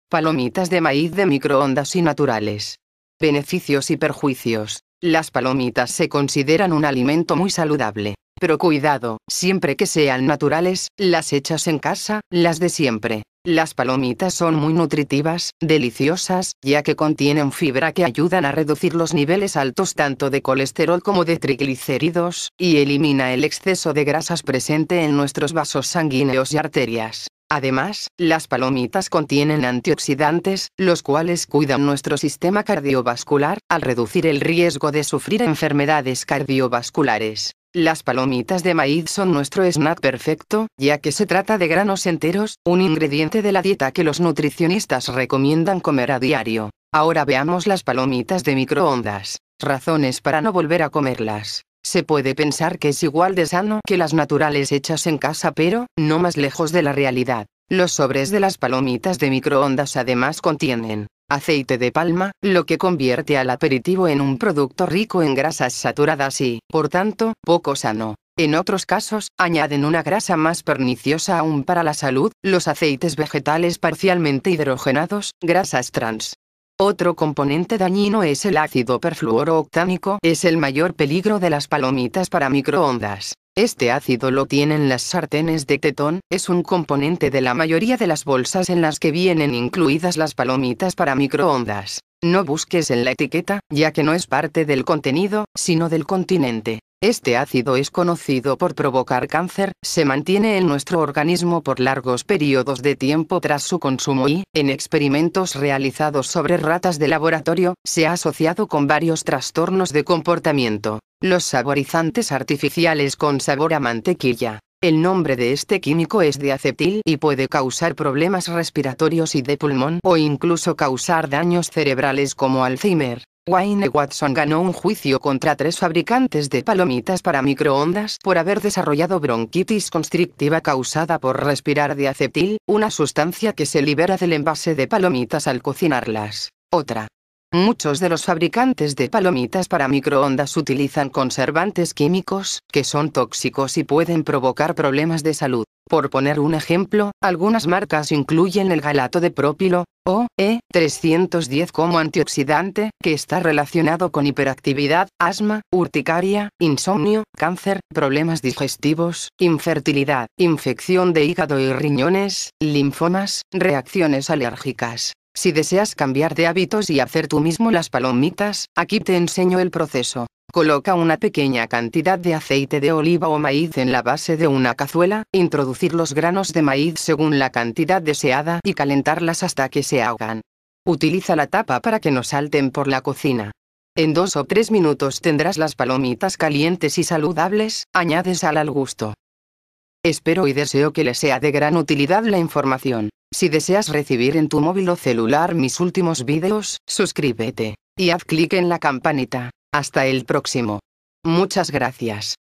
Palomitas de maíz de microondas y naturales. Beneficios y perjuicios. Las palomitas se consideran un alimento muy saludable. Pero cuidado, siempre que sean naturales, las hechas en casa, las de siempre. Las palomitas son muy nutritivas, deliciosas, ya que contienen fibra que ayudan a reducir los niveles altos tanto de colesterol como de triglicéridos, y elimina el exceso de grasas presente en nuestros vasos sanguíneos y arterias. Además, las palomitas contienen antioxidantes, los cuales cuidan nuestro sistema cardiovascular, al reducir el riesgo de sufrir enfermedades cardiovasculares. Las palomitas de maíz son nuestro snack perfecto, ya que se trata de granos enteros, un ingrediente de la dieta que los nutricionistas recomiendan comer a diario. Ahora veamos las palomitas de microondas. Razones para no volver a comerlas. Se puede pensar que es igual de sano que las naturales hechas en casa, pero no más lejos de la realidad. Los sobres de las palomitas de microondas además contienen aceite de palma, lo que convierte al aperitivo en un producto rico en grasas saturadas y, por tanto, poco sano. En otros casos, añaden una grasa más perniciosa aún para la salud, los aceites vegetales parcialmente hidrogenados, grasas trans. Otro componente dañino es el ácido perfluorooctánico, es el mayor peligro de las palomitas para microondas. Este ácido lo tienen las sartenes de tetón, es un componente de la mayoría de las bolsas en las que vienen incluidas las palomitas para microondas. No busques en la etiqueta, ya que no es parte del contenido, sino del continente. Este ácido es conocido por provocar cáncer, se mantiene en nuestro organismo por largos periodos de tiempo tras su consumo y, en experimentos realizados sobre ratas de laboratorio, se ha asociado con varios trastornos de comportamiento. Los saborizantes artificiales con sabor a mantequilla. El nombre de este químico es diacetil y puede causar problemas respiratorios y de pulmón o incluso causar daños cerebrales como Alzheimer. Wayne Watson ganó un juicio contra 3 fabricantes de palomitas para microondas por haber desarrollado bronquitis constrictiva causada por respirar diacetil, una sustancia que se libera del envase de palomitas al cocinarlas. Otra. Muchos de los fabricantes de palomitas para microondas utilizan conservantes químicos, que son tóxicos y pueden provocar problemas de salud. Por poner un ejemplo, algunas marcas incluyen el galato de propilo, o E310 como antioxidante, que está relacionado con hiperactividad, asma, urticaria, insomnio, cáncer, problemas digestivos, infertilidad, infección de hígado y riñones, linfomas, reacciones alérgicas. Si deseas cambiar de hábitos y hacer tú mismo las palomitas, aquí te enseño el proceso. Coloca una pequeña cantidad de aceite de oliva o maíz en la base de una cazuela, introducir los granos de maíz según la cantidad deseada y calentarlas hasta que se hagan. Utiliza la tapa para que no salten por la cocina. En 2 o 3 minutos tendrás las palomitas calientes y saludables, añade sal al gusto. Espero y deseo que les sea de gran utilidad la información. Si deseas recibir en tu móvil o celular mis últimos vídeos, suscríbete y haz clic en la campanita. Hasta el próximo. Muchas gracias.